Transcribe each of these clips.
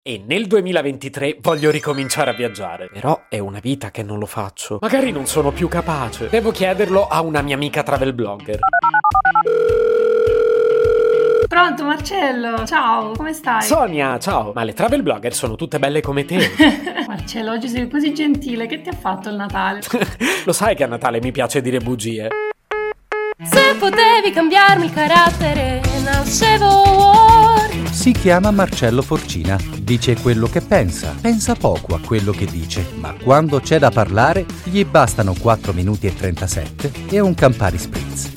E nel 2023 voglio ricominciare a viaggiare. Però è una vita che non lo faccio. Magari non sono più capace. Devo chiederlo a una mia amica travel blogger. Pronto Marcello, ciao, come stai? Sonia, ciao. Ma le travel blogger sono tutte belle come te. Marcello, oggi sei così gentile, che ti ha fatto il Natale? Lo sai che a Natale mi piace dire bugie. Se potevi cambiarmi il carattere, nascevo Ward. Si chiama Marcello Forcina, dice quello che pensa poco a quello che dice, ma quando c'è da parlare gli bastano 4 minuti e 37 e un Campari Spritz.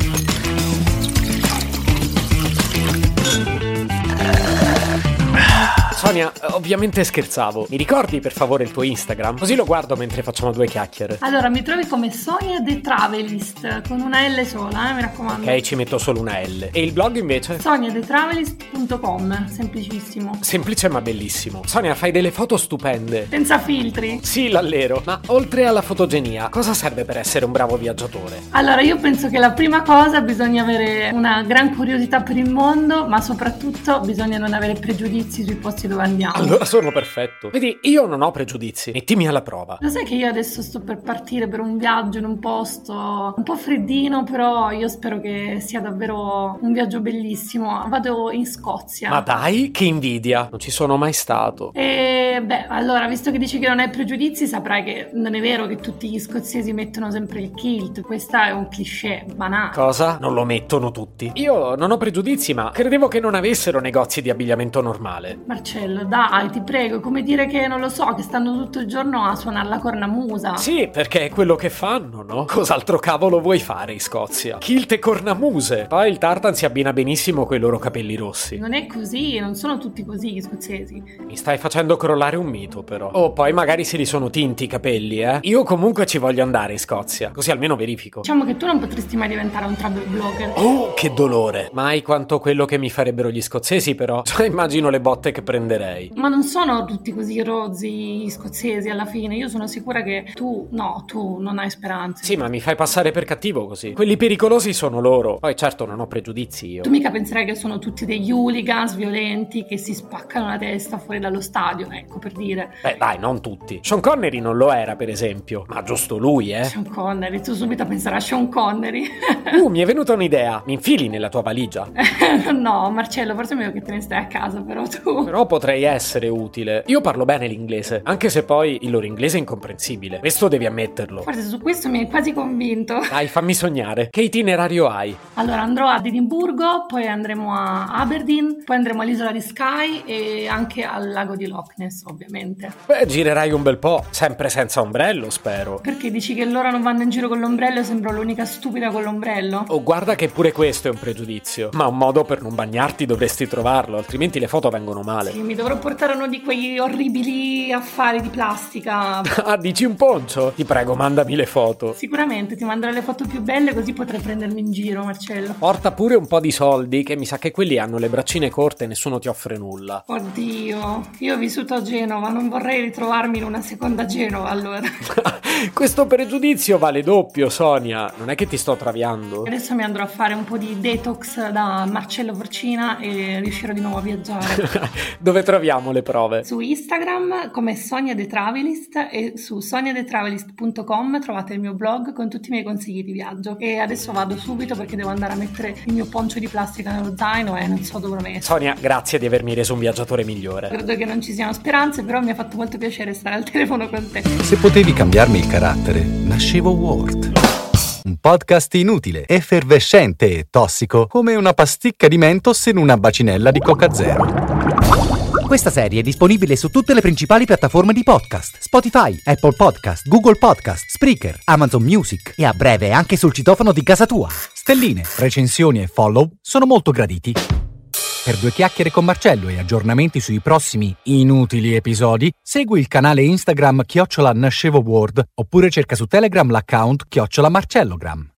Sonia, ovviamente scherzavo. Mi ricordi per favore il tuo Instagram? Così lo guardo mentre facciamo due chiacchiere. Allora, mi trovi come Sonia The Travelist, con una L sola, mi raccomando. Ok, ci metto solo una L. E il blog invece? soniathetravelist.com, semplicissimo. Semplice ma bellissimo. Sonia, fai delle foto stupende. Senza filtri? Sì, l'allero. Ma oltre alla fotogenia, cosa serve per essere un bravo viaggiatore? Allora, io penso che la prima cosa bisogna avere una gran curiosità per il mondo, ma soprattutto bisogna non avere pregiudizi sui posti dove andiamo. Allora sono perfetto. Vedi, io non ho pregiudizi. Mettimi alla prova. Lo sai che io adesso sto per partire per un viaggio in un posto un po' freddino, però io spero che sia davvero un viaggio bellissimo. Vado in Scozia. Ma dai, che invidia. Non ci sono mai stato. E beh, allora, visto che dici che non hai pregiudizi, saprai che non è vero che tutti gli scozzesi mettono sempre il kilt. Questa è un cliché banale. Cosa? Non lo mettono tutti? Io non ho pregiudizi, ma credevo che non avessero negozi di abbigliamento normale. Marcello, dai, ti prego, è come dire che, non lo so, che stanno tutto il giorno a suonare la cornamusa. Sì, perché è quello che fanno, no? Cos'altro cavolo vuoi fare in Scozia? Kilt e cornamuse. Poi il tartan si abbina benissimo coi loro capelli rossi. Non è così, non sono tutti così gli scozzesi. Mi stai facendo crollare un mito, però. Oh, poi magari si li sono tinti i capelli, eh? Io comunque ci voglio andare in Scozia, così almeno verifico. Diciamo che tu non potresti mai diventare un travel blogger. Oh, che dolore! Mai quanto quello che mi farebbero gli scozzesi, però. Già immagino le botte che prenderei. Ma non sono tutti così rozzi gli scozzesi alla fine. Io sono sicura che tu non hai speranze. Sì, ma mi fai passare per cattivo così. Quelli pericolosi sono loro. Poi certo non ho pregiudizi io. Tu mica penserai che sono tutti degli hooligans violenti che si spaccano la testa fuori dallo stadio, ecco, per dire. Beh dai, non tutti. Sean Connery non lo era, per esempio. Ma giusto lui, eh? Sean Connery, tu subito penserai a Sean Connery. Mi è venuta un'idea. Mi infili nella tua valigia? No, Marcello, forse è meglio che te ne stai a casa, però tu. Però potrei essere utile. Io parlo bene l'inglese, anche se poi il loro inglese è incomprensibile. Questo devi ammetterlo. Forse su questo mi hai quasi convinto. Dai, fammi sognare. Che itinerario hai? Allora, andrò ad Edimburgo, poi andremo a Aberdeen, poi andremo all'isola di Skye e anche al lago di Loch Ness, ovviamente. Beh, girerai un bel po', sempre senza ombrello, spero. Perché dici che loro non vanno in giro con l'ombrello e sembro l'unica stupida con l'ombrello? Oh, guarda che pure questo è un pregiudizio. Ma un modo per non bagnarti dovresti trovarlo, altrimenti le foto vengono male. Sì, mi dovrò portare uno di quegli orribili affari di plastica. Ah, dici un poncio? Ti prego, mandami le foto. Sicuramente ti manderò le foto più belle, così potrai prendermi in giro, Marcello. Porta pure un po' di soldi, che mi sa che quelli hanno le braccine corte e nessuno ti offre nulla. Oddio, io ho vissuto a Genova, non vorrei ritrovarmi in una seconda Genova, allora. Questo pregiudizio vale doppio, Sonia. Non è che ti sto traviando. Adesso mi andrò a fare un po' di detox da Marcello Forcina e riuscirò di nuovo a viaggiare. Dove troviamo le prove? Su Instagram come Sonia The Travelist e su soniathetravelist.com trovate il mio blog con tutti i miei consigli di viaggio. E adesso vado subito perché devo andare a mettere il mio poncio di plastica nello zaino e non so dove lo metto. Sonia, grazie di avermi reso un viaggiatore migliore. Credo che non ci siano speranze, però mi ha fatto molto piacere stare al telefono con te. Se potevi cambiarmi il carattere, nascevo Ward. Un podcast inutile, effervescente e tossico, come una pasticca di Mentos in una bacinella di Coca Zero. Questa serie è disponibile su tutte le principali piattaforme di podcast: Spotify, Apple Podcast, Google Podcast, Spreaker, Amazon Music e a breve anche sul citofono di casa tua. Stelline, recensioni e follow sono molto graditi. Per due chiacchiere con Marcello e aggiornamenti sui prossimi inutili episodi, segui il canale Instagram @NascevoWord oppure cerca su Telegram l'account @Marcellogram.